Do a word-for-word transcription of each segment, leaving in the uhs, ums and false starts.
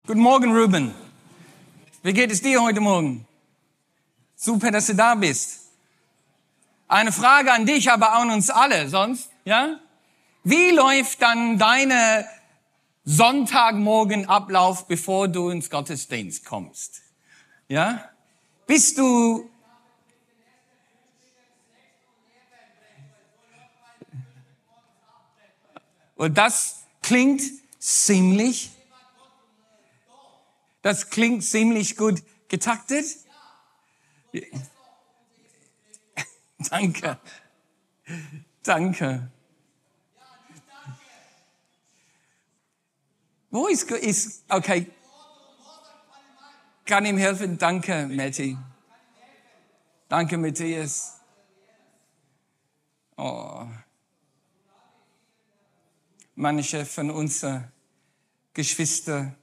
Guten Morgen, Ruben. Wie geht es dir heute Morgen? Super, dass du da bist. Eine Frage an dich, aber auch an uns alle sonst, ja? Wie läuft dann deine Sonntagmorgenablauf, bevor du ins Gottesdienst kommst? Ja? Bist du Und das klingt ziemlich Das klingt ziemlich gut getaktet. Danke. Danke. Wo ist, ist, okay. Kann ihm helfen? Danke, Matti. Danke, Matthias. Oh. Manche von unseren Geschwistern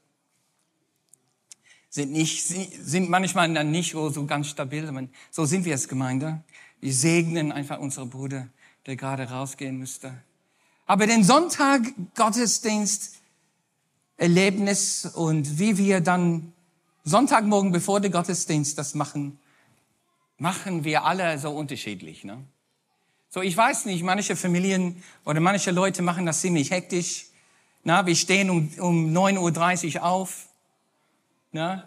sind nicht, sind manchmal dann nicht so ganz stabil. So sind wir als Gemeinde. Wir segnen einfach unsere Bruder, der gerade rausgehen müsste. Aber den Sonntag Gottesdienst, Erlebnis und wie wir dann Sonntagmorgen, bevor der Gottesdienst das machen, machen wir alle so unterschiedlich, ne? So, ich weiß nicht, manche Familien oder manche Leute machen das ziemlich hektisch. Na, wir stehen um, um neun Uhr dreißig auf. Na?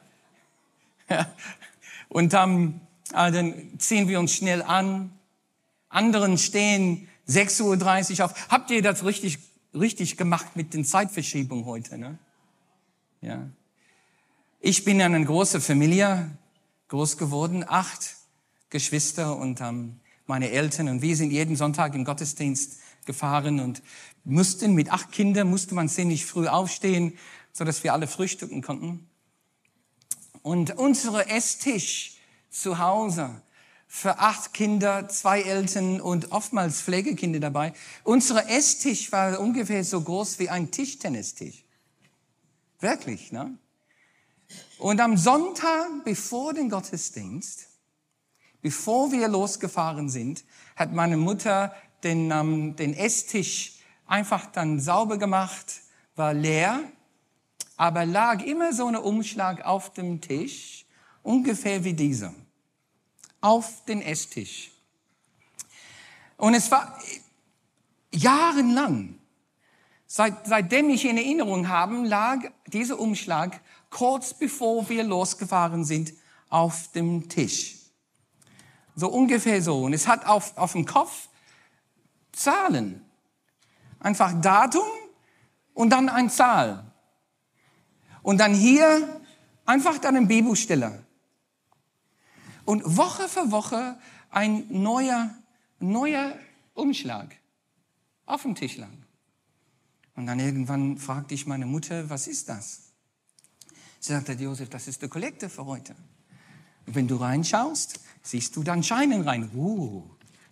Und dann, äh, dann ziehen wir uns schnell an. Anderen stehen sechs Uhr dreißig auf. Habt ihr das richtig, richtig gemacht mit den Zeitverschiebungen heute? Ne? Ja. Ich bin in einer großen Familie groß geworden, acht Geschwister und ähm, meine Eltern. Und wir sind jeden Sonntag im Gottesdienst gefahren und mussten mit acht Kindern, musste man ziemlich früh aufstehen, sodass wir alle frühstücken konnten. Und unsere Esstisch zu Hause für acht Kinder, zwei Eltern und oftmals Pflegekinder dabei. Unsere Esstisch war ungefähr so groß wie ein Tischtennistisch. Wirklich, ne? Und am Sonntag, bevor den Gottesdienst, bevor wir losgefahren sind, hat meine Mutter den, ähm, den Esstisch einfach dann sauber gemacht, war leer. Aber lag immer so ein Umschlag auf dem Tisch, ungefähr wie dieser, auf den Esstisch. Und es war jahrelang, seit, seitdem ich in Erinnerung habe, lag dieser Umschlag kurz bevor wir losgefahren sind auf dem Tisch. So ungefähr so. Und es hat auf, auf dem Kopf Zahlen. Einfach Datum und dann eine Zahl. Und dann hier einfach dann ein Bibelstelle. Und Woche für Woche ein neuer, neuer Umschlag auf dem Tisch lag. Und dann irgendwann fragte ich meine Mutter, was ist das? Sie sagte, Josef, das ist der Kollekte für heute. Und wenn du reinschaust, siehst du dann Scheinen rein. Uh.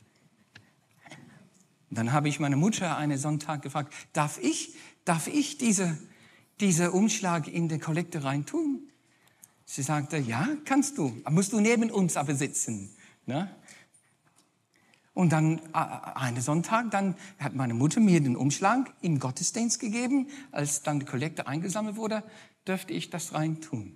Und dann habe ich meine Mutter einen Sonntag gefragt, darf ich, darf ich diese dieser Umschlag in die Kollekte reintun? Sie sagte, ja, kannst du. Musst du neben uns aber sitzen. Ne? Und dann, einen Sonntag, dann hat meine Mutter mir den Umschlag im Gottesdienst gegeben. Als dann die Kollekte eingesammelt wurde, dürfte ich das reintun.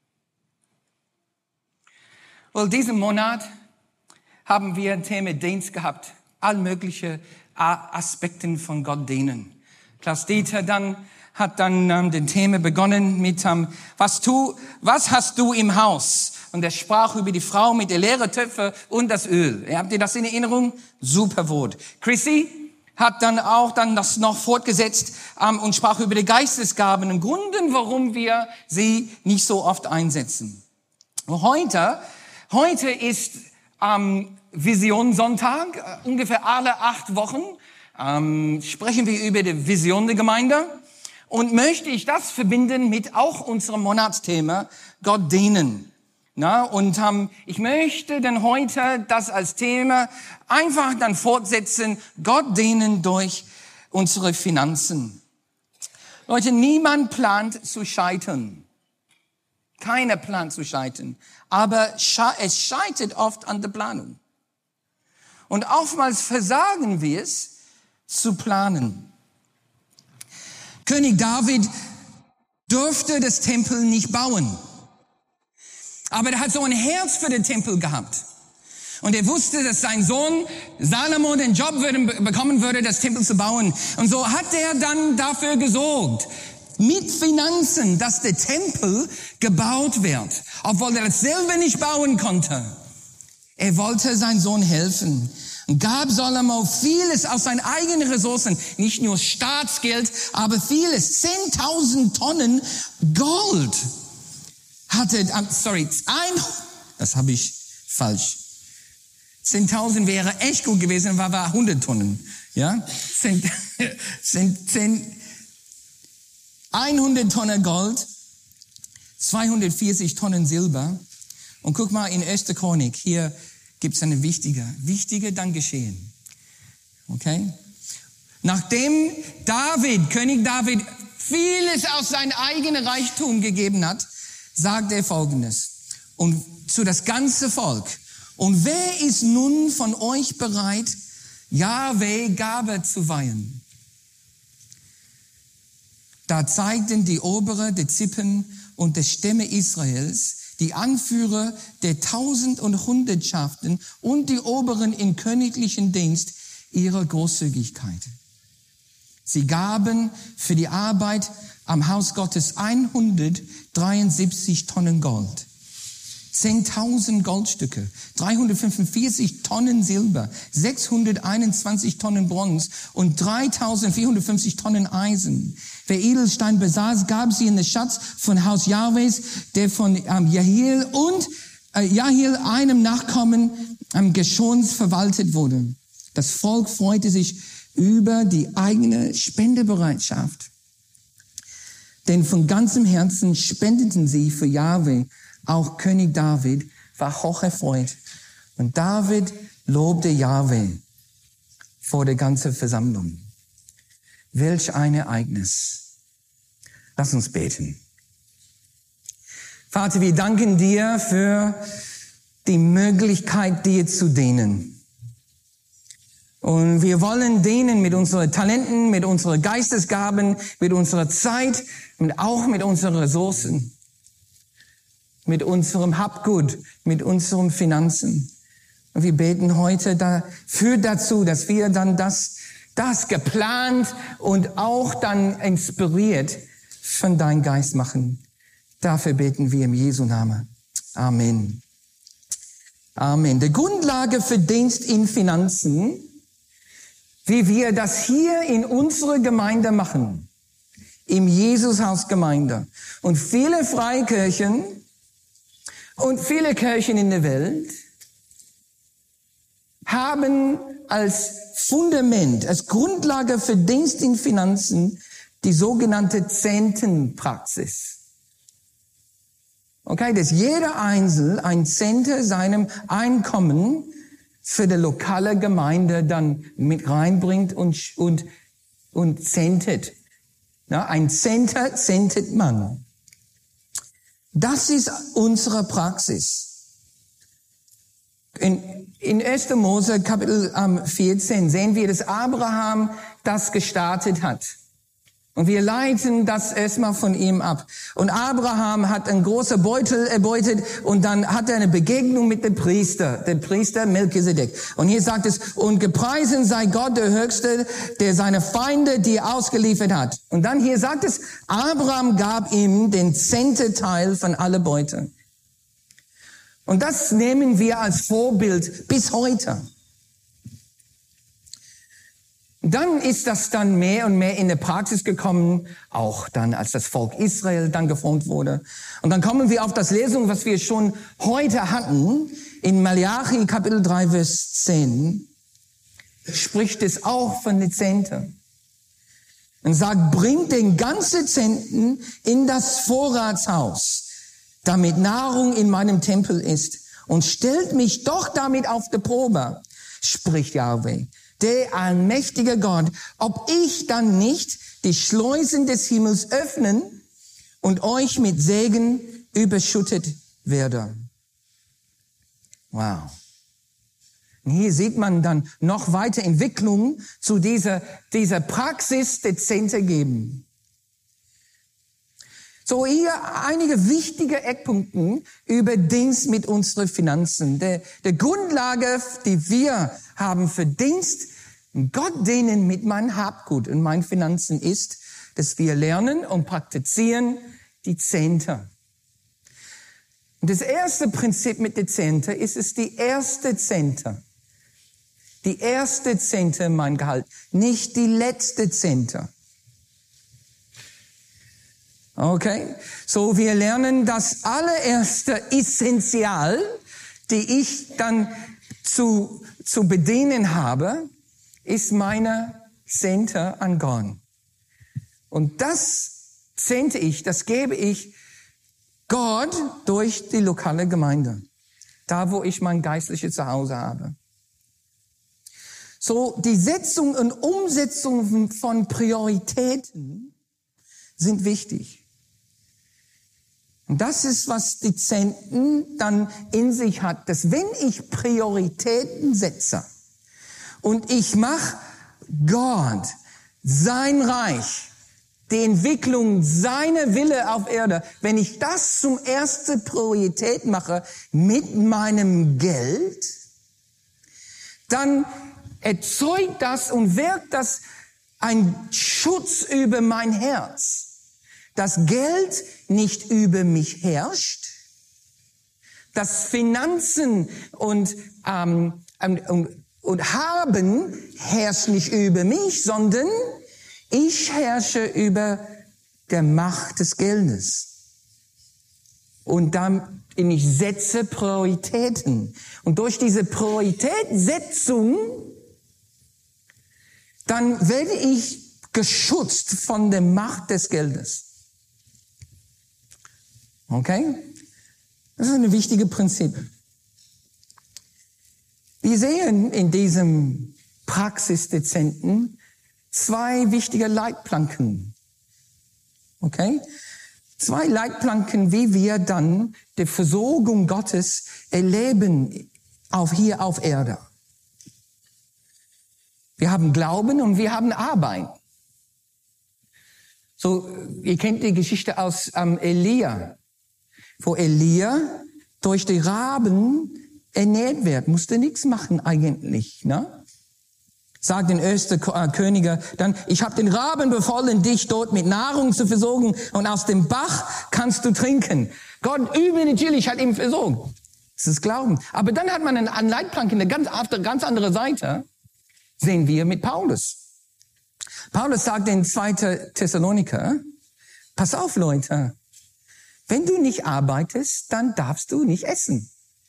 Well, diesen Monat haben wir ein Thema Dienst gehabt. All mögliche Aspekten von Gott dienen. Klaus Dieter dann hat dann ähm, den Thema begonnen mit, ähm, was, tu, was hast du im Haus? Und er sprach über die Frau mit der leeren Töpfe und das Öl. Habt ihr das in Erinnerung? Super Wort. Chrissy hat dann auch dann das noch fortgesetzt ähm, und sprach über die Geistesgaben und Gründen, warum wir sie nicht so oft einsetzen. Und heute, heute ist ähm, Vision Sonntag, äh, ungefähr alle acht Wochen ähm, sprechen wir über die Vision der Gemeinde. Und möchte ich das verbinden mit auch unserem Monatsthema, Gott dienen. Na, und ähm, ich möchte dann heute das als Thema einfach dann fortsetzen, Gott dienen durch unsere Finanzen. Leute, niemand plant zu scheitern. Keiner plant zu scheitern. Aber es scheitert oft an der Planung. Und oftmals versagen wir es, zu planen. König David durfte das Tempel nicht bauen. Aber er hat so ein Herz für den Tempel gehabt. Und er wusste, dass sein Sohn Salomo den Job würde, bekommen würde, das Tempel zu bauen. Und so hat er dann dafür gesorgt, mit Finanzen, dass der Tempel gebaut wird. Obwohl er das selber nicht bauen konnte. Er wollte seinem Sohn helfen. Und gab Salomo vieles aus seinen eigenen Ressourcen. Nicht nur Staatsgeld, aber vieles. Zehntausend Tonnen Gold hatte, sorry, ein, das habe ich falsch. zehntausend wäre echt gut gewesen, war, war hundert Tonnen. Ja? Zehn, zehn, zehn, hundert Tonnen Gold, zweihundertvierzig Tonnen Silber. Und guck mal in erster Chronik, hier gibt es eine wichtige, wichtige dann geschehen. Okay? Nachdem David, König David, vieles aus seinem eigenen Reichtum gegeben hat, sagt er Folgendes. Und zu das ganze Volk. Und wer ist nun von euch bereit, Jahwe Gabe zu weihen? Da zeigten die Obere der Zippen und der Stämme Israels, die Anführer der Tausend- und Hundertschaften und die Oberen in königlichen Dienst ihre Großzügigkeit. Sie gaben für die Arbeit am Haus Gottes hundertdreiundsiebzig Tonnen Gold. zehntausend Goldstücke, dreihundertfünfundvierzig Tonnen Silber, sechshunderteinundzwanzig Tonnen Bronze und dreitausendvierhundertfünfzig Tonnen Eisen. Wer Edelstein besaß, gab sie in den Schatz von Haus Jahwes, der von ähm, Jehiel und äh, Jehiel, einem Nachkommen, ähm, geschont verwaltet wurde. Das Volk freute sich über die eigene Spendebereitschaft. Denn von ganzem Herzen spendeten sie für Jahwe. Auch König David war hoch erfreut. Und David lobte Jahwe vor der ganzen Versammlung. Welch ein Ereignis. Lass uns beten. Vater, wir danken dir für die Möglichkeit, dir zu dienen. Und wir wollen dienen mit unseren Talenten, mit unseren Geistesgaben, mit unserer Zeit und auch mit unseren Ressourcen. Mit unserem Habgut, mit unseren Finanzen. Und wir beten heute dafür dazu, dass wir dann das, das geplant und auch dann inspiriert von deinem Geist machen. Dafür beten wir im Jesu Namen. Amen. Amen. Die Grundlage für Dienst in Finanzen, wie wir das hier in unserer Gemeinde machen, im Jesushaus-Gemeinde und viele Freikirchen, und viele Kirchen in der Welt haben als Fundament, als Grundlage für Dienst in Finanzen die sogenannte Zehntenpraxis. Okay, dass jeder Einzelne ein Zehntel seinem Einkommen für die lokale Gemeinde dann mit reinbringt und, und, und zentet. Ja, ein Zehnter zentet man. Das ist unsere Praxis. In, in erster Mose Kapitel ähm, vierzehn sehen wir, dass Abraham das gestartet hat. Und wir leiten das erstmal von ihm ab. Und Abraham hat einen großen Beutel erbeutet und dann hat er eine Begegnung mit dem Priester, dem Priester Melchisedek. Und hier sagt es, und gepriesen sei Gott der Höchste, der seine Feinde dir ausgeliefert hat. Und dann hier sagt es, Abraham gab ihm den zehnten Teil von aller Beute. Und das nehmen wir als Vorbild bis heute. Dann ist das dann mehr und mehr in der Praxis gekommen, auch dann, als das Volk Israel dann geformt wurde. Und dann kommen wir auf das Lesung, was wir schon heute hatten, in Malachi Kapitel drei, Vers zehn, spricht es auch von den Zehnten. Und sagt, bringt den ganzen Zehnten in das Vorratshaus, damit Nahrung in meinem Tempel ist, und stellt mich doch damit auf die Probe, spricht Jahwe, der allmächtige Gott, ob ich dann nicht die Schleusen des Himmels öffnen und euch mit Segen überschüttet werde. Wow. Und hier sieht man dann noch weiter Entwicklung zu dieser, dieser Praxis der Zehnte geben. So hier einige wichtige Eckpunkte über Dienst mit unseren Finanzen. Der, der Grundlage, die wir haben für Dienst, Gott dienen mit meinem Habgut und meinen Finanzen ist, dass wir lernen und praktizieren die Zehnte. Und das erste Prinzip mit der Zehnte ist es die erste Zehnte. Die erste Zehnte mein Gehalt, nicht die letzte Zehnte. Okay? So, wir lernen das allererste Essential, die ich dann zu, zu bedienen habe, ist meine Zehnte an Gott. Und das zehnte ich, das gebe ich Gott durch die lokale Gemeinde. Da, wo ich mein geistliches Zuhause habe. So, die Setzung und Umsetzung von Prioritäten sind wichtig. Und das ist, was die Zehnten dann in sich hat, dass wenn ich Prioritäten setze und ich mache Gott, sein Reich, die Entwicklung seiner Wille auf Erde, wenn ich das zum erste Priorität mache mit meinem Geld, dann erzeugt das und wirkt das ein Schutz über mein Herz. Dass Geld nicht über mich herrscht, dass Finanzen und, ähm, und, und Haben herrscht nicht über mich, sondern ich herrsche über der Macht des Geldes. Und dann ich setze Prioritäten. Und durch diese Prioritätssetzung, dann werde ich geschützt von der Macht des Geldes. Okay? Das ist ein wichtiges Prinzip. Wir sehen in diesem Praxis der Zehnten zwei wichtige Leitplanken. Okay? Zwei Leitplanken, wie wir dann die Versorgung Gottes erleben auf hier auf Erde. Wir haben Glauben und wir haben Arbeit. So, ihr kennt die Geschichte aus ähm, Elia, wo Elia durch die Raben ernährt wird, musste nichts machen eigentlich, ne? Sagt den ersten Könige dann, ich habe den Raben befohlen, dich dort mit Nahrung zu versorgen und aus dem Bach kannst du trinken. Gott übernatürlich hat ihn versorgt. Das ist Glauben. Aber dann hat man einen Leitplanke, eine ganz, auf der ganz andere Seite, sehen wir mit Paulus. Paulus sagt in zweiten Thessaloniker, pass auf Leute, wenn du nicht arbeitest, dann darfst du nicht essen.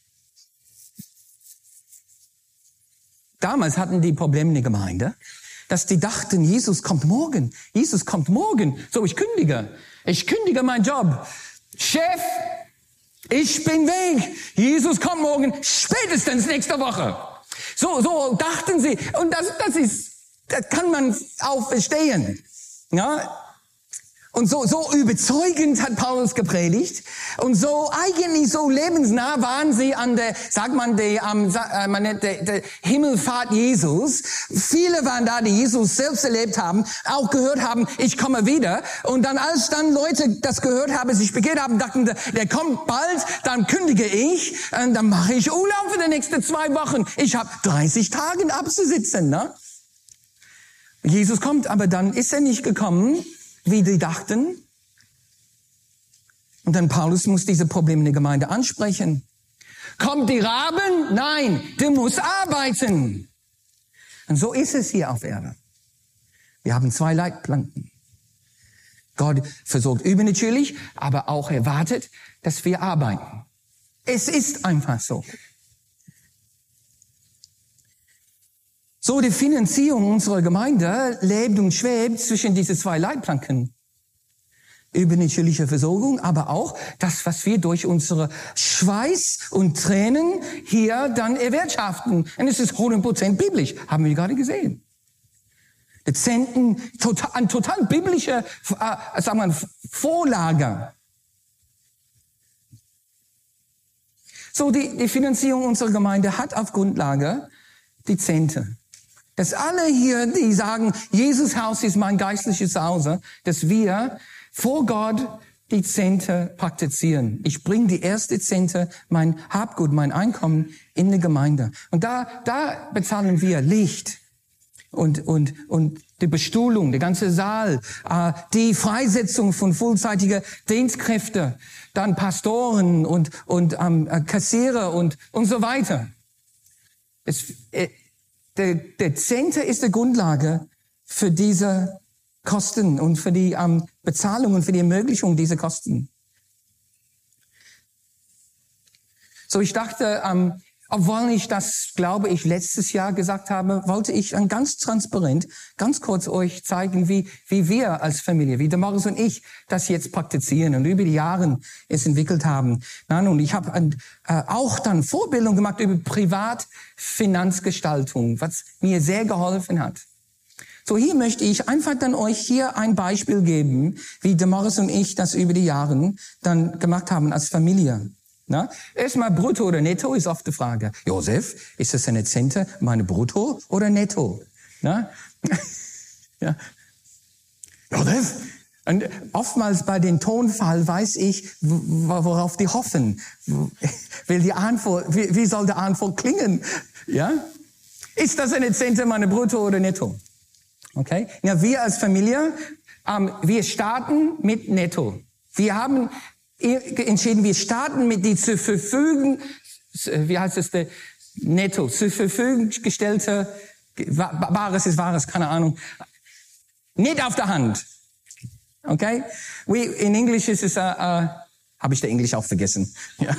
Damals hatten die Probleme in der Gemeinde, dass die dachten, Jesus kommt morgen. Jesus kommt morgen. So, ich kündige. Ich kündige meinen Job. Chef, ich bin weg. Jesus kommt morgen, spätestens nächste Woche. So, so dachten sie. Und das, das ist, das kann man auch verstehen. Ja? Und so, so überzeugend hat Paulus gepredigt. Und so eigentlich so lebensnah waren sie an der, sagt man, der, äh, man nennt der, der Himmelfahrt Jesus. Viele waren da, die Jesus selbst erlebt haben, auch gehört haben, ich komme wieder. Und dann, als dann Leute das gehört haben, sich bekehrt haben, dachten, der kommt bald, dann kündige ich, und dann mache ich Urlaub für die nächsten zwei Wochen. Ich habe dreißig Tage abzusitzen, ne? Jesus kommt, aber dann ist er nicht gekommen, wie die dachten. Und dann Paulus muss diese Probleme in der Gemeinde ansprechen. Kommt die Raben? Nein, du musst arbeiten. Und so ist es hier auf Erde. Wir haben zwei Leitplanken. Gott versorgt übernatürlich, aber auch erwartet, dass wir arbeiten. Es ist einfach so. So, die Finanzierung unserer Gemeinde lebt und schwebt zwischen diese zwei Leitplanken. Übernatürliche Versorgung, aber auch das, was wir durch unsere Schweiß und Tränen hier dann erwirtschaften. Und es ist hundert Prozent biblisch, haben wir gerade gesehen. Die Zehnten, total, eine total biblische, äh, sagen wir, Vorlage. So, die, die Finanzierung unserer Gemeinde hat auf Grundlage die Zehnte. Dass alle hier, die sagen, Jesus Haus ist mein geistliches Zuhause, dass wir vor Gott die Zehnte praktizieren. Ich bringe die erste Zehnte, mein Habgut, mein Einkommen in die Gemeinde. Und da, da bezahlen wir Licht und, und, und die Bestuhlung, der ganze Saal, äh, die Freisetzung von vollzeitiger Dienstkräfte, dann Pastoren und, und ähm, Kassierer und, und so weiter. Es, äh, der, der Zehnte ist die Grundlage für diese Kosten und für die ähm, Bezahlung und für die Ermöglichung dieser Kosten. So, ich dachte, ähm, obwohl ich das, glaube ich, letztes Jahr gesagt habe, wollte ich dann ganz transparent, ganz kurz euch zeigen, wie, wie wir als Familie, wie Damaris und ich das jetzt praktizieren und über die Jahre es entwickelt haben. Nein, und ich habe äh, auch dann Vorbildung gemacht über Privatfinanzgestaltung, was mir sehr geholfen hat. So, hier möchte ich einfach dann euch hier ein Beispiel geben, wie Damaris und ich das über die Jahre dann gemacht haben als Familie. Na? Erstmal brutto oder netto ist oft die Frage. Josef, ist das eine Zehnte, meine brutto oder netto? Na? Ja. Josef? Und oftmals bei dem Tonfall weiß ich, worauf die hoffen. Will die Antwort, wie, wie soll die Antwort klingen? Ja? Ist das eine Zehnte, meine brutto oder netto? Okay? Ja, wir als Familie, ähm, wir starten mit netto. Wir haben entschieden, wir starten mit die zur Verfügung, wie heißt es, der netto, zur Verfügung gestellte, Wahres ist Wahres, keine Ahnung, nicht auf der Hand. Okay? We, in English ist es, uh, uh, habe ich der Englisch auch vergessen. Ja.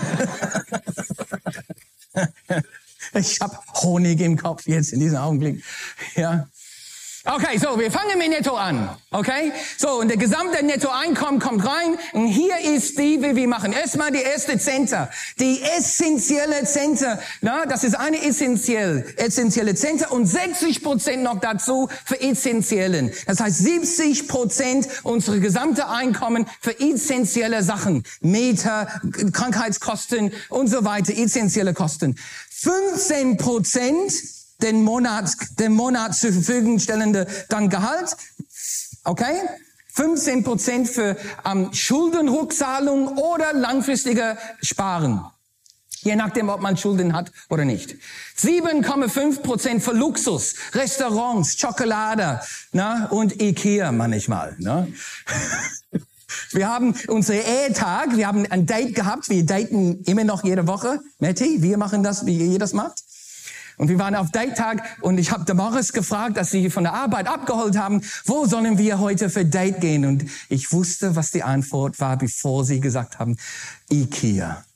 Ich habe Honig im Kopf jetzt in diesem Augenblick. Ja. Okay, so, wir fangen mit Netto an, okay? So, und der gesamte Nettoeinkommen kommt rein und hier ist die, wie wir machen. Erstmal die erste Zehnte, die essentielle Zehnte, na, das ist eine essentiell, essentielle Zehnte und sechzig Prozent noch dazu für Essentiellen. Das heißt, siebzig Prozent unserer gesamte Einkommen für essentielle Sachen, Meter, Krankheitskosten und so weiter, essentielle Kosten. fünfzehn Prozent den Monat, den Monat zur Verfügung stellende dann Gehalt, okay? fünfzehn Prozent für ähm, Schuldenrückzahlung oder langfristige Sparen. Je nachdem, ob man Schulden hat oder nicht. sieben Komma fünf Prozent für Luxus, Restaurants, Schokolade, na, und Ikea manchmal, ne? Wir haben unseren Ehetag, wir haben ein Date gehabt, wir daten immer noch jede Woche. Matti, wir machen das, wie ihr das macht. Und wir waren auf Date-Tag und ich habe Damaris gefragt, als sie von der Arbeit abgeholt haben, wo sollen wir heute für Date gehen? Und ich wusste, was die Antwort war, bevor sie gesagt haben, Ikea.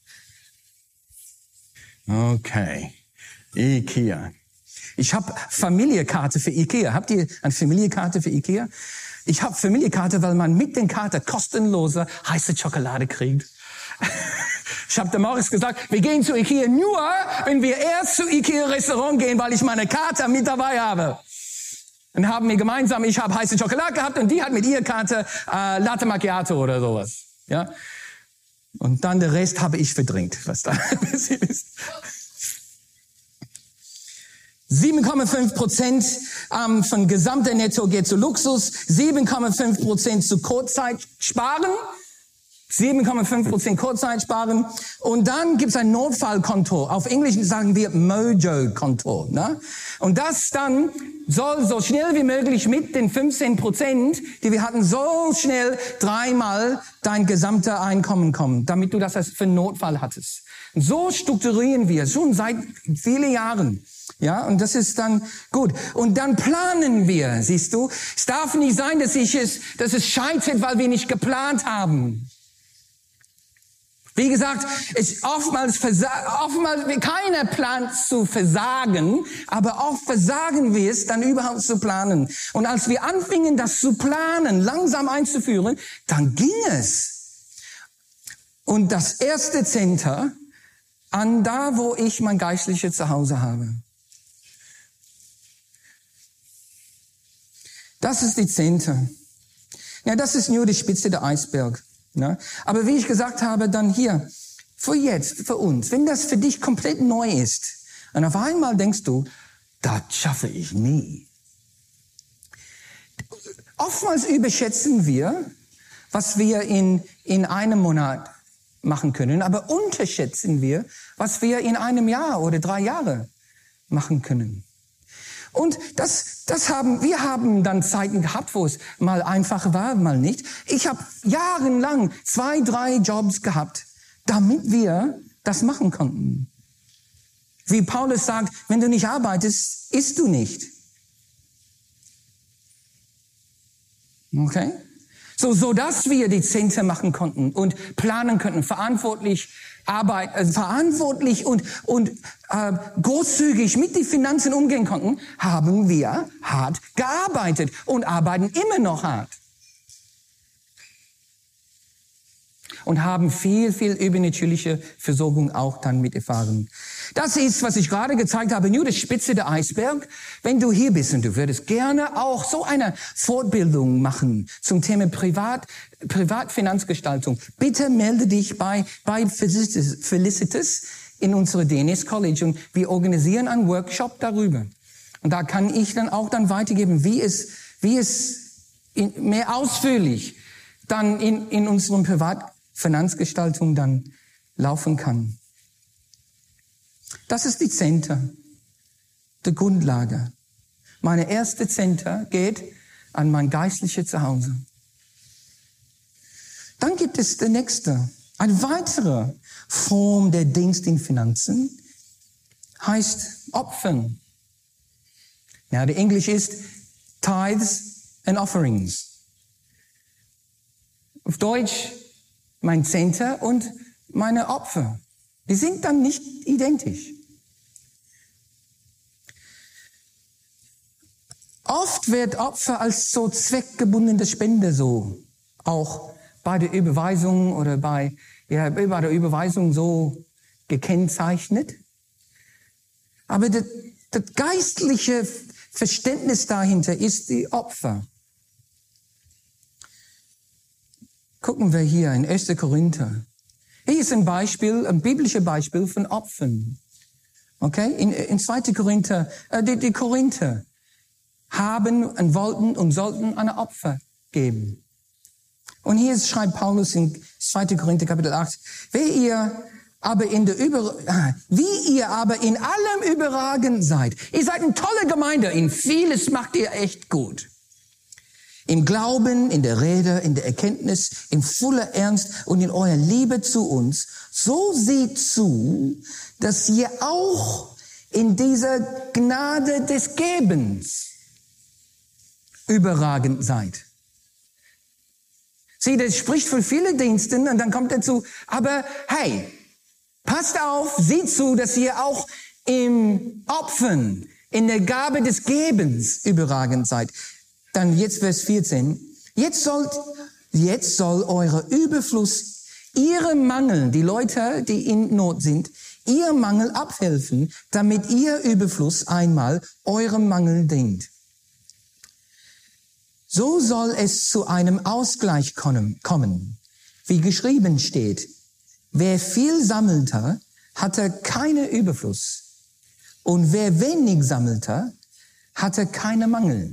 Okay, Ikea. Ich habe Familienkarte für Ikea. Habt ihr eine Familienkarte für Ikea? Ich habe Familienkarte, weil man mit den Karte kostenlose heiße Schokolade kriegt. Ich habe Damaris gesagt, wir gehen zu Ikea nur, wenn wir erst zu Ikea-Restaurant gehen, weil ich meine Karte mit dabei habe. Dann haben wir gemeinsam, ich habe heiße Schokolade gehabt und die hat mit ihrer Karte äh, Latte Macchiato oder sowas. Ja. Und dann der Rest habe ich verdrängt, was da passiert ist. sieben Komma fünf Prozent ähm, von gesamter Netto geht zu Luxus, sieben Komma fünf Prozent zu Kurzzeitsparen. sieben Komma fünf Prozent Kurzzeitsparen. Und dann gibt's ein Notfallkonto. Auf Englisch sagen wir Mojo-Konto. Ne? Und das dann soll so schnell wie möglich mit den fünfzehn Prozent, die wir hatten, so schnell dreimal dein gesamter Einkommen kommen, damit du das für einen Notfall hattest. Und so strukturieren wir schon seit vielen Jahren. Ja, und das ist dann gut. Und dann planen wir, siehst du. Es darf nicht sein, dass ich es, dass es scheitert, weil wir nicht geplant haben. Wie gesagt, es oftmals, versa- oftmals keiner plant zu versagen, aber oft versagen wir es, dann überhaupt zu planen. Und als wir anfingen, das zu planen, langsam einzuführen, dann ging es. Und das erste Center an da, wo ich mein geistliches Zuhause habe. Das ist die Zehnte. Ja, das ist nur die Spitze der Eisberg. Ne? Aber wie ich gesagt habe, dann hier, für jetzt, für uns, wenn das für dich komplett neu ist, und auf einmal denkst du, das schaffe ich nie. Oftmals überschätzen wir, was wir in, in einem Monat machen können, aber unterschätzen wir, was wir in einem Jahr oder drei Jahre machen können. Und das, das haben, wir haben dann Zeiten gehabt, wo es mal einfach war, mal nicht. Ich habe jahrelang zwei, drei Jobs gehabt, damit wir das machen konnten. Wie Paulus sagt, wenn du nicht arbeitest, isst du nicht. Okay? So, so dass wir die Zehnte machen konnten und planen konnten, verantwortlich Arbeit, äh, verantwortlich und und äh, großzügig mit den Finanzen umgehen konnten, haben wir hart gearbeitet und arbeiten immer noch hart. Und haben viel, viel übernatürliche Versorgung auch dann mit erfahren. Das ist, was ich gerade gezeigt habe, nur die Spitze der Eisberg. Wenn du hier bist und du würdest gerne auch so eine Fortbildung machen zum Thema Privat, Privatfinanzgestaltung, bitte melde dich bei, bei Felicitas, Felicitas in unsere D N S College und wir organisieren einen Workshop darüber. Und da kann ich dann auch dann weitergeben, wie es, wie es in, mehr ausführlich dann in, in unserem Privat Finanzgestaltung dann laufen kann. Das ist die Zehnte, die Grundlage. Meine erste Zehnte geht an mein geistliches Zuhause. Dann gibt es die nächste, eine weitere Form der Dienst in Finanzen, heißt Opfern. Ja, der Englisch ist Tithes and Offerings. Auf Deutsch mein Zehnter und meine Opfer. Die sind dann nicht identisch. Oft wird Opfer als so zweckgebundene Spende so, auch bei der Überweisung oder bei, ja, bei der Überweisung so gekennzeichnet. Aber das, das geistliche Verständnis dahinter ist die Opfer. Gucken wir hier in erster Korinther. Hier ist ein Beispiel, ein biblisches Beispiel von Opfern. Okay? In, in zweiter Korinther, äh, die, die Korinther haben und wollten und sollten eine Opfer geben. Und hier schreibt Paulus in zweiter Korinther Kapitel acht, wie ihr aber in der Über, wie ihr aber in allem überragend seid. Ihr seid eine tolle Gemeinde, in vieles macht ihr echt gut. Im Glauben, in der Rede, in der Erkenntnis, in voller Ernst und in eurer Liebe zu uns, so seht zu, dass ihr auch in dieser Gnade des Gebens überragend seid. Sieh, das spricht für viele Dienste und dann kommt dazu, aber hey, passt auf, seht zu, dass ihr auch im Opfern, in der Gabe des Gebens überragend seid. Dann jetzt Vers vierzehn. Jetzt sollt, jetzt soll eure Überfluss, ihre Mangel, die Leute, die in Not sind, ihr Mangel abhelfen, damit ihr Überfluss einmal eurem Mangel dient. So soll es zu einem Ausgleich kommen, wie geschrieben steht. Wer viel sammelte, hatte keinen Überfluss. Und wer wenig sammelte, hatte keinen Mangel.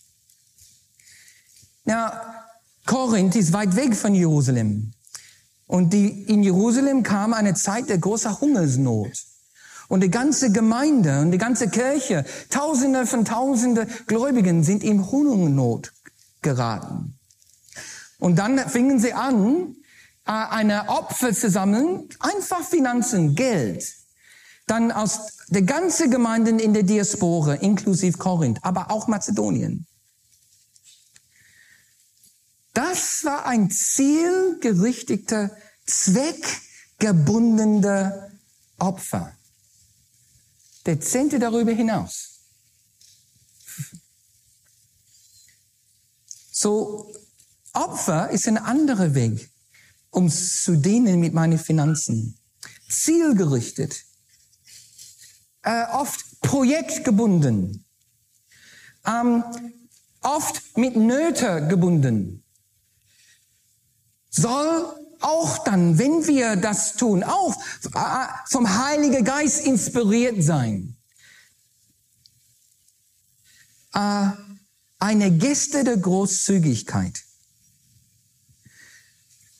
Na, Korinth ist weit weg von Jerusalem. Und die, in Jerusalem kam eine Zeit der großen Hungersnot. Und die ganze Gemeinde und die ganze Kirche, Tausende von Tausende Gläubigen sind in Hungernot geraten. Und dann fingen sie an, eine Opfer zu sammeln, einfach Finanzen, Geld. Dann aus der ganzen Gemeinde in der Diaspora, inklusive Korinth, aber auch Mazedonien. Das war ein zielgerichteter, zweckgebundener Opfer. Der Zehnte darüber hinaus. So, Opfer ist ein anderer Weg, um zu dienen mit meinen Finanzen. Zielgerichtet. Äh, oft projektgebunden. Ähm, oft mit Nöte gebunden. Soll auch dann, wenn wir das tun, auch äh, vom Heiligen Geist inspiriert sein. Äh, eine Geste der Großzügigkeit.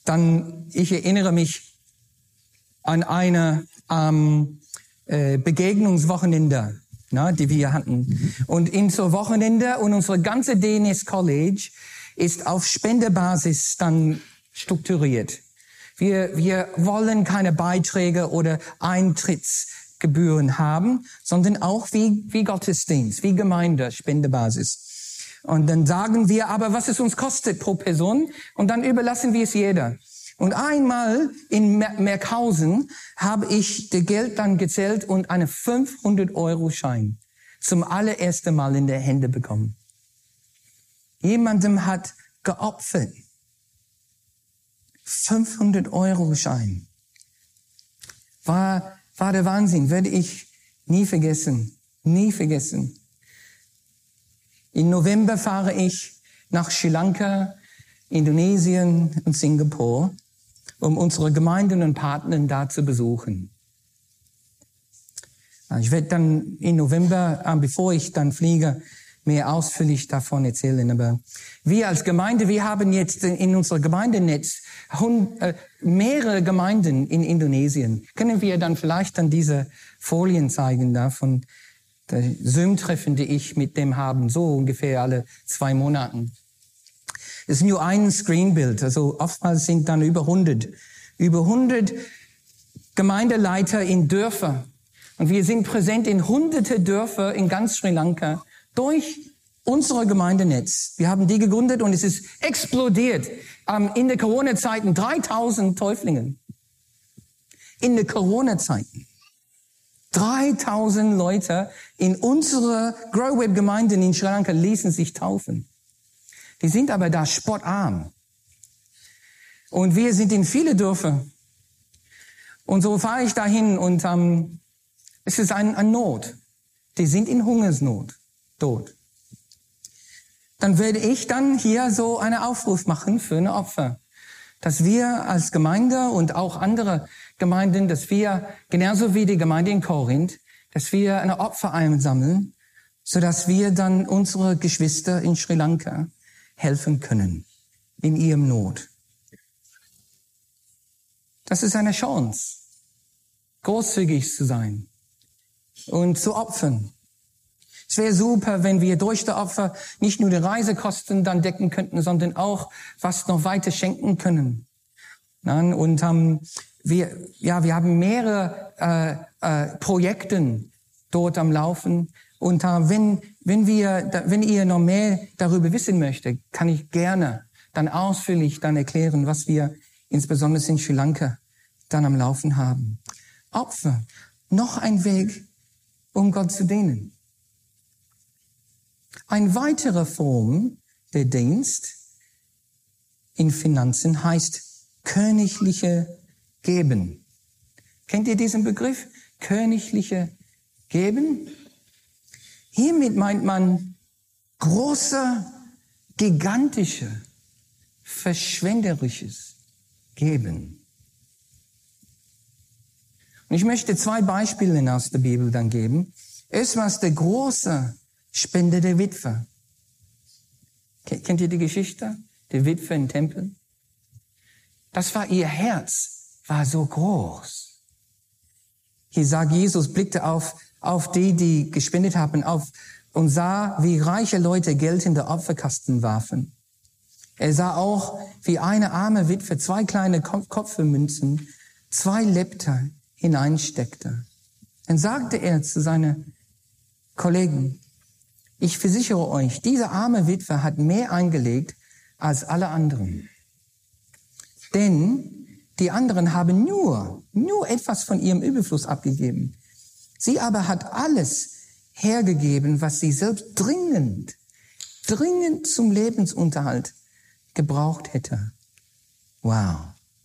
dann, ich erinnere mich an eine ähm, äh, Begegnungswochenende, na, die wir hatten. Und in so Wochenende und unsere ganze D N S College ist auf Spendebasis dann strukturiert. Wir, wir wollen keine Beiträge oder Eintrittsgebühren haben, sondern auch wie, wie Gottesdienst, wie Gemeinde, Spendebasis. Und dann sagen wir aber, was es uns kostet pro Person, und dann überlassen wir es jeder. Und einmal in Merkhausen habe ich das Geld dann gezählt und einen fünfhundert-Euro-Schein zum allerersten Mal in die Hände bekommen. Jemandem hat geopfert. fünfhundert-Euro-Schein. War, war der Wahnsinn, werde ich nie vergessen. Nie vergessen. Im November fahre ich nach Sri Lanka, Indonesien und Singapur, um unsere Gemeinden und Partner da zu besuchen. Ich werde dann im November, bevor ich dann fliege, mehr ausführlich davon erzählen. Aber wir als Gemeinde, wir haben jetzt in unserem Gemeindenetz mehrere Gemeinden in Indonesien. Können wir dann vielleicht dann diese Folien zeigen da von der Zoom-Treffen, die ich mit dem haben, so ungefähr alle zwei Monaten. Es ist nur ein Screenbild, also oftmals sind dann über hundert, über hundert Gemeindeleiter in Dörfer. Und wir sind präsent in hunderte Dörfer in ganz Sri Lanka durch unsere Gemeindenetz. Wir haben die gegründet und es ist explodiert. Ähm, in der Corona-Zeiten dreitausend Täuflingen. In der Corona-Zeiten. dreitausend Leute in unsere GrowWeb-Gemeinden in Sri Lanka ließen sich taufen. Die sind aber da spottarm. Und wir sind in viele Dörfer. Und so fahre ich dahin und ähm, es ist ein, ein Not. Die sind in Hungersnot, tot. Dann werde ich dann hier so einen Aufruf machen für eine Opfer. Dass wir als Gemeinde und auch andere Gemeinden, dass wir, genauso wie die Gemeinde in Korinth, dass wir eine Opfer einsammeln, sodass wir dann unsere Geschwister in Sri Lanka helfen können in ihrem Not. Das ist eine Chance, großzügig zu sein und zu opfern. Es wäre super, wenn wir durch die Opfer nicht nur die Reisekosten dann decken könnten, sondern auch was noch weiter schenken können. Und ähm, wir, ja, wir haben mehrere äh, äh, Projekte dort am Laufen. Und äh, wenn, wenn wir, da, wenn ihr noch mehr darüber wissen möchtet, kann ich gerne dann ausführlich dann erklären, was wir insbesondere in Sri Lanka dann am Laufen haben. Opfer, noch ein Weg, um Gott zu dienen. Eine weitere Form der Dienst in Finanzen heißt königliche Geben. Kennt ihr diesen Begriff? Königliche Geben? Hiermit meint man große, gigantische, verschwenderisches Geben. Und ich möchte zwei Beispiele aus der Bibel dann geben. Erstmals der große Spende der Witwe. Kennt ihr die Geschichte? Der Witwe im Tempel? Das war ihr Herz, war so groß. Hier sagt Jesus, blickte auf, auf die, die gespendet haben, auf, und sah, wie reiche Leute Geld in den Opferkasten warfen. Er sah auch, wie eine arme Witwe zwei kleine Kopfmünzen, zwei Lepta hineinsteckte. Dann sagte er zu seinen Kollegen, ich versichere euch, diese arme Witwe hat mehr eingelegt als alle anderen. Denn die anderen haben nur, nur etwas von ihrem Überfluss abgegeben. Sie aber hat alles hergegeben, was sie selbst dringend, dringend zum Lebensunterhalt gebraucht hätte. Wow.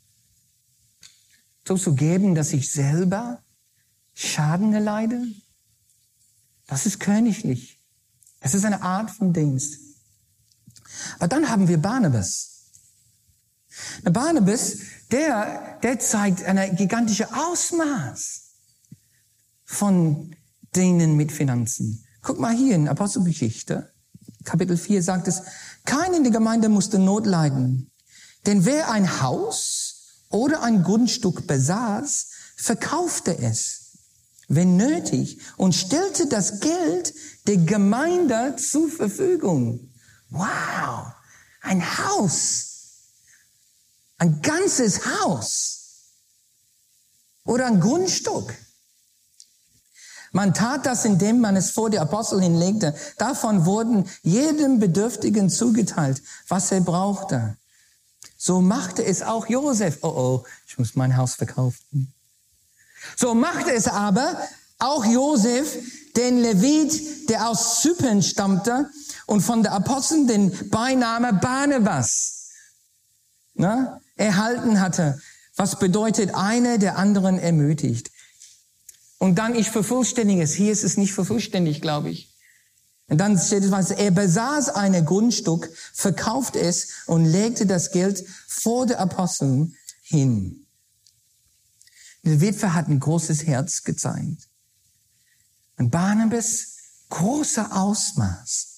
So zu geben, dass ich selber Schaden erleide? Das ist königlich. Es ist eine Art von Dienst. Aber dann haben wir Barnabas. Der Barnabas, der, der zeigt eine gigantische Ausmaß von Dienen mit Finanzen. Guck mal hier in Apostelgeschichte, Kapitel vier sagt es, keiner in der Gemeinde musste Not leiden. Denn wer ein Haus oder ein Grundstück besaß, verkaufte es, wenn nötig, und stellte das Geld der Gemeinde zur Verfügung. Wow, ein Haus, ein ganzes Haus oder ein Grundstück. Man tat das, indem man es vor die Apostel hinlegte. Davon wurden jedem Bedürftigen zugeteilt, was er brauchte. So machte es auch Josef. Oh oh, ich muss mein Haus verkaufen. So machte es aber auch Josef, den Levit, der aus Zypern stammte und von der Apostel den Beinamen Barnabas, na, erhalten hatte. Was bedeutet, einer der anderen ermutigt. Und dann, ich vervollständige es. Hier ist es nicht vervollständigt, glaube ich. Und dann steht es weiter, er besaß ein Grundstück, verkaufte es und legte das Geld vor den Aposteln hin. Der Witwer hat ein großes Herz gezeigt. Und Barnabas, großer Ausmaß.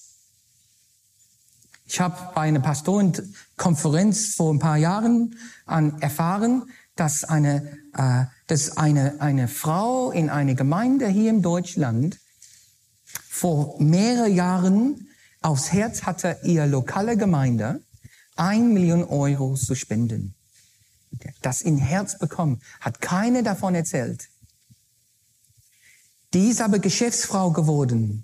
Ich habe bei einer Pastorenkonferenz vor ein paar Jahren an erfahren, dass eine, äh, dass eine, eine Frau in einer Gemeinde hier in Deutschland vor mehreren Jahren aufs Herz hatte, ihre lokale Gemeinde ein Million Euro zu spenden. Das in Herz bekommen, hat keine davon erzählt. Die ist aber Geschäftsfrau geworden.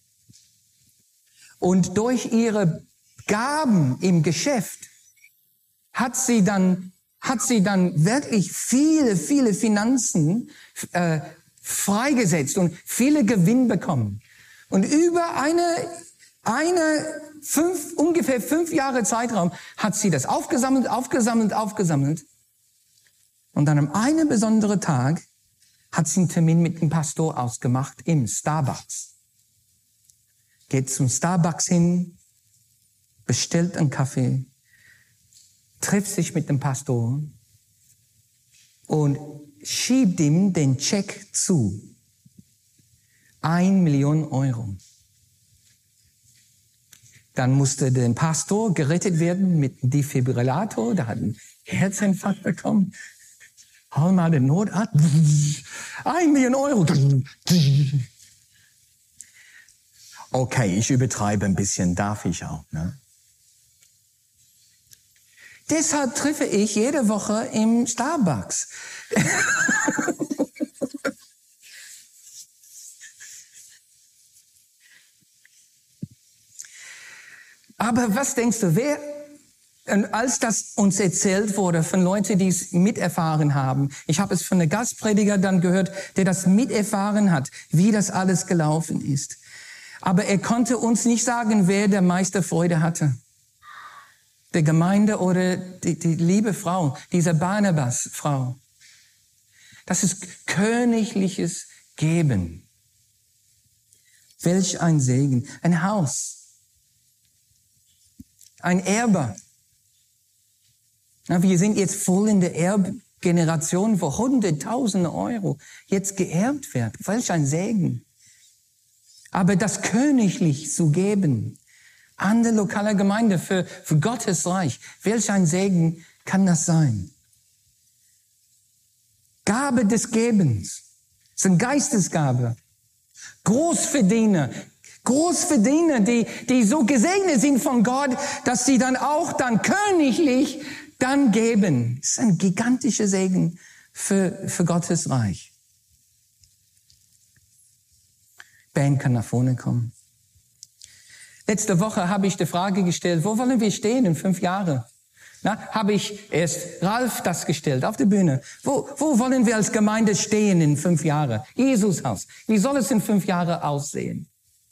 Und durch ihre Gaben im Geschäft hat sie dann hat sie dann wirklich viele, viele Finanzen äh, freigesetzt und viele Gewinn bekommen. Und über eine, eine fünf, ungefähr fünf Jahre Zeitraum hat sie das aufgesammelt, aufgesammelt, aufgesammelt. Und dann an einem besonderen Tag hat sie einen Termin mit dem Pastor ausgemacht im Starbucks. Geht zum Starbucks hin, bestellt einen Kaffee, trifft sich mit dem Pastor und schiebt ihm den Scheck zu. Ein Million Euro. Dann musste der Pastor gerettet werden mit einem Defibrillator. Der hat einen Herzinfarkt bekommen. Hol mal den Notarzt. Ein Million Euro. Okay, ich übertreibe ein bisschen, darf ich auch, ne? Deshalb treffe ich jede Woche im Starbucks. Aber was denkst du, wer, als das uns erzählt wurde von Leuten, die es miterfahren haben, ich habe es von einem Gastprediger dann gehört, der das miterfahren hat, wie das alles gelaufen ist. Aber er konnte uns nicht sagen, wer der meiste Freude hatte. Der Gemeinde oder die, die liebe Frau, diese Barnabas-Frau. Das ist königliches Geben. Welch ein Segen. Ein Haus. Ein Erbe. Na, wir sind jetzt voll in der Erbgeneration, wo hunderttausende Euro jetzt geerbt wird. Welch ein Segen. Aber das königlich zu geben, an der lokalen Gemeinde für, für Gottes Reich. Welch ein Segen kann das sein? Gabe des Gebens. Das ist eine Geistesgabe. Großverdiener. Großverdiener, die, die so gesegnet sind von Gott, dass sie dann auch dann königlich dann geben. Das ist ein gigantischer Segen für, für Gottes Reich. Ben kann nach vorne kommen. Letzte Woche habe ich die Frage gestellt, wo wollen wir stehen in fünf Jahren? Na, habe ich erst Ralf das gestellt auf der Bühne. Wo, wo wollen wir als Gemeinde stehen in fünf Jahren? Jesushaus. Wie soll es in fünf Jahren aussehen?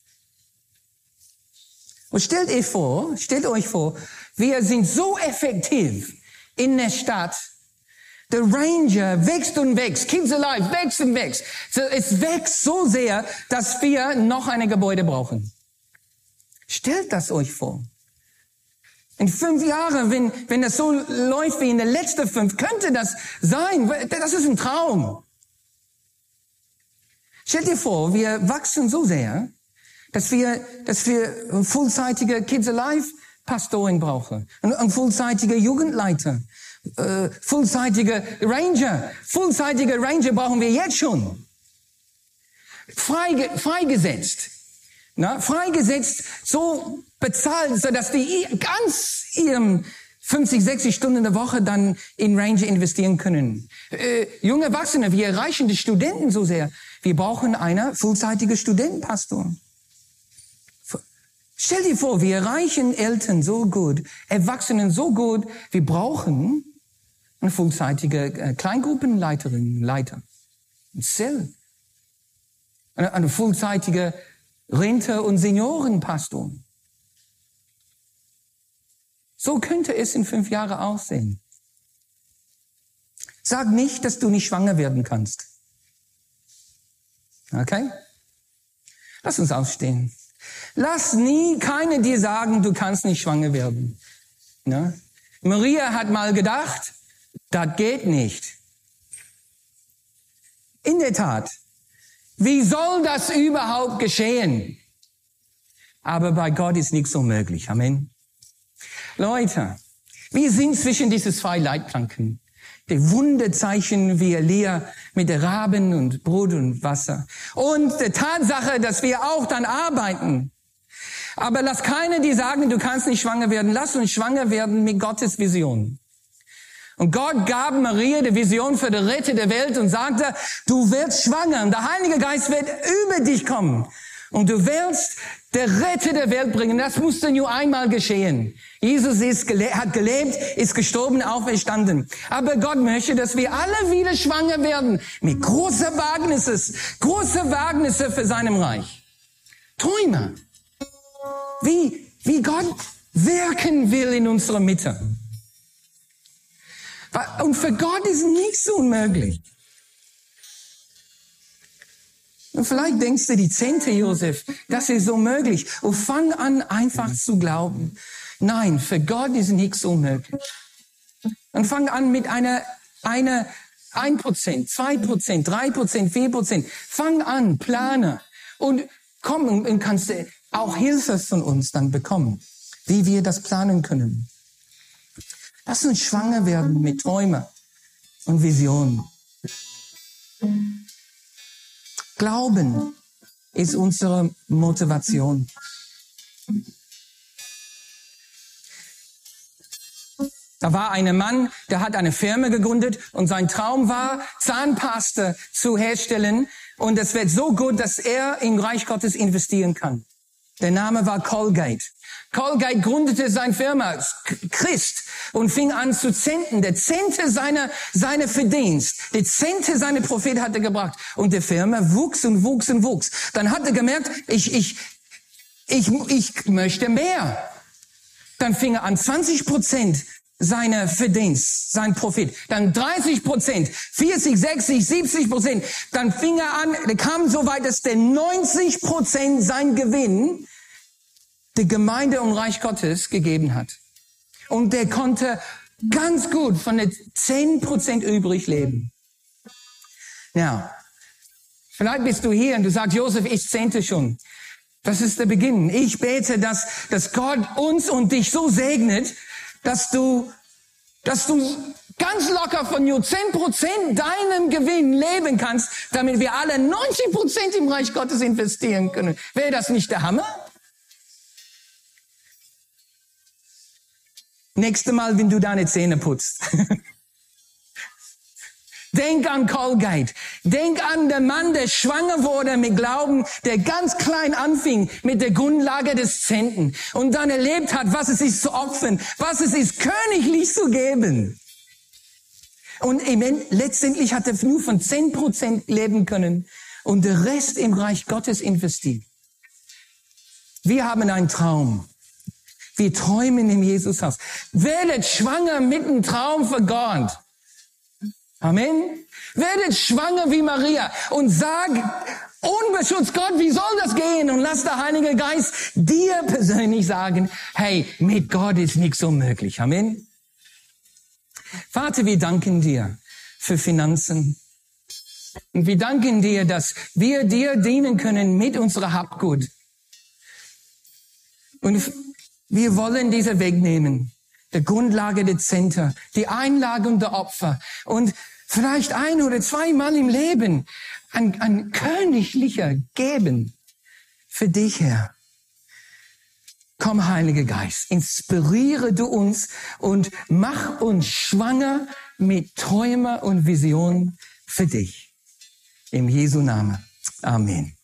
Und stellt euch vor, stellt euch vor, wir sind so effektiv in der Stadt. Der Ranger wächst und wächst. Kids Alive wächst und wächst. Es wächst so sehr, dass wir noch ein Gebäude brauchen. Stellt das euch vor. In fünf Jahren, wenn, wenn das so läuft wie in den letzten fünf, könnte das sein. Das ist ein Traum. Stellt dir vor, wir wachsen so sehr, dass wir, dass wir vollzeitige Kids Alive Pastorin brauche, ein, ein vollzeitiger Jugendleiter, äh, vollzeitiger Ranger, vollzeitiger Ranger brauchen wir jetzt schon. Freige, freigesetzt, na, freigesetzt, so bezahlt, so dass die ganz ihrem fünfzig, sechzig Stunden in der Woche dann in Ranger investieren können. Äh, junge Erwachsene, wir erreichen die Studenten so sehr. Wir brauchen einen vollzeitigen Studentenpastor. Stell dir vor, wir erreichen Eltern so gut, Erwachsenen so gut, wir brauchen eine vollzeitige äh, Kleingruppenleiterin, Leiter, ein Zell, eine, eine vollzeitige Rente- und Seniorenpastor. So könnte es in fünf Jahren aussehen. Sag nicht, dass du nicht schwanger werden kannst. Okay? Lass uns aufstehen. Lass nie keine dir sagen, du kannst nicht schwanger werden. Ne? Maria hat mal gedacht, das geht nicht. In der Tat. Wie soll das überhaupt geschehen? Aber bei Gott ist nichts unmöglich. Amen. Leute, wir sind zwischen diese zwei Leitplanken. Die Wunderzeichen wie Elia mit der Raben und Brot und Wasser. Und die Tatsache, dass wir auch dann arbeiten. Aber lass keine, die sagen, du kannst nicht schwanger werden. Lass uns schwanger werden mit Gottes Vision. Und Gott gab Maria die Vision für die Retter der Welt und sagte, du wirst schwanger und der Heilige Geist wird über dich kommen. Und du wirst der Retter der Welt bringen. Das musste nur einmal geschehen. Jesus ist gele- hat gelebt, ist gestorben, auferstanden. Aber Gott möchte, dass wir alle wieder schwanger werden. Mit großer Wagnisses, große Wagnisse für seinem Reich. Träume. Wie, wie Gott wirken will in unserer Mitte. Und für Gott ist nichts unmöglich. Und vielleicht denkst du, die Zehnte, Josef, das ist so möglich. Und fang an, einfach zu glauben. Nein, für Gott ist nichts unmöglich. Und fang an mit einer, einer, ein Prozent, zwei Prozent, drei Prozent, vier Prozent. Fang an, plane. Und komm und kannst du auch Hilfe von uns dann bekommen, wie wir das planen können. Lass uns schwanger werden mit Träumen und Visionen. Glauben ist unsere Motivation. Da war ein Mann, der hat eine Firma gegründet und sein Traum war, Zahnpasta zu herstellen. Und es wird so gut, dass er im Reich Gottes investieren kann. Der Name war Colgate. Colgate gründete seine Firma, Christ, und fing an zu zenten. Der Zehnte seiner, seiner Verdienst, der Zehnte seiner Prophet hat er gebracht. Und der Firma wuchs und wuchs und wuchs. Dann hat er gemerkt, ich, ich, ich, ich möchte mehr. Dann fing er an, zwanzig Prozent seiner Verdienst, sein Prophet. Dann dreißig Prozent, vierzig, sechzig, siebzig Prozent. Dann fing er an, er kam so weit, dass der neunzig Prozent sein Gewinn die Gemeinde und Reich Gottes gegeben hat. Und der konnte ganz gut von den zehn Prozent übrig leben. Ja, vielleicht bist du hier und du sagst, Josef, ich zehnte schon. Das ist der Beginn. Ich bete, dass, dass Gott uns und dich so segnet, dass du, dass du ganz locker von nur zehn Prozent deinem Gewinn leben kannst, damit wir alle neunzig Prozent im Reich Gottes investieren können. Wäre das nicht der Hammer? Nächstes Mal, wenn du deine Zähne putzt. Denk an Colgate. Denk an den Mann, der schwanger wurde mit Glauben, der ganz klein anfing mit der Grundlage des Zehnten und dann erlebt hat, was es ist zu opfern, was es ist, königlich zu geben. Und letztendlich hat er nur von zehn Prozent leben können und der Rest im Reich Gottes investiert. Wir haben einen Traum. Wir träumen im Jesushaus. Werdet schwanger mit einem Traum für Gott. Amen. Werdet schwanger wie Maria und sag unbeschützt Gott, wie soll das gehen? Und lass der Heilige Geist dir persönlich sagen, hey, mit Gott ist nichts unmöglich. Amen. Vater, wir danken dir für Finanzen. Und wir danken dir, dass wir dir dienen können mit unserer Habgut. Und Wir wollen diesen Weg nehmen. Die Grundlage der Zehnte, die Einlagung der Opfer und vielleicht ein oder zweimal im Leben ein, ein königlicher Geben für dich, Herr. Komm, Heiliger Geist, inspiriere du uns und mach uns schwanger mit Träumen und Visionen für dich. Im Jesu Namen. Amen.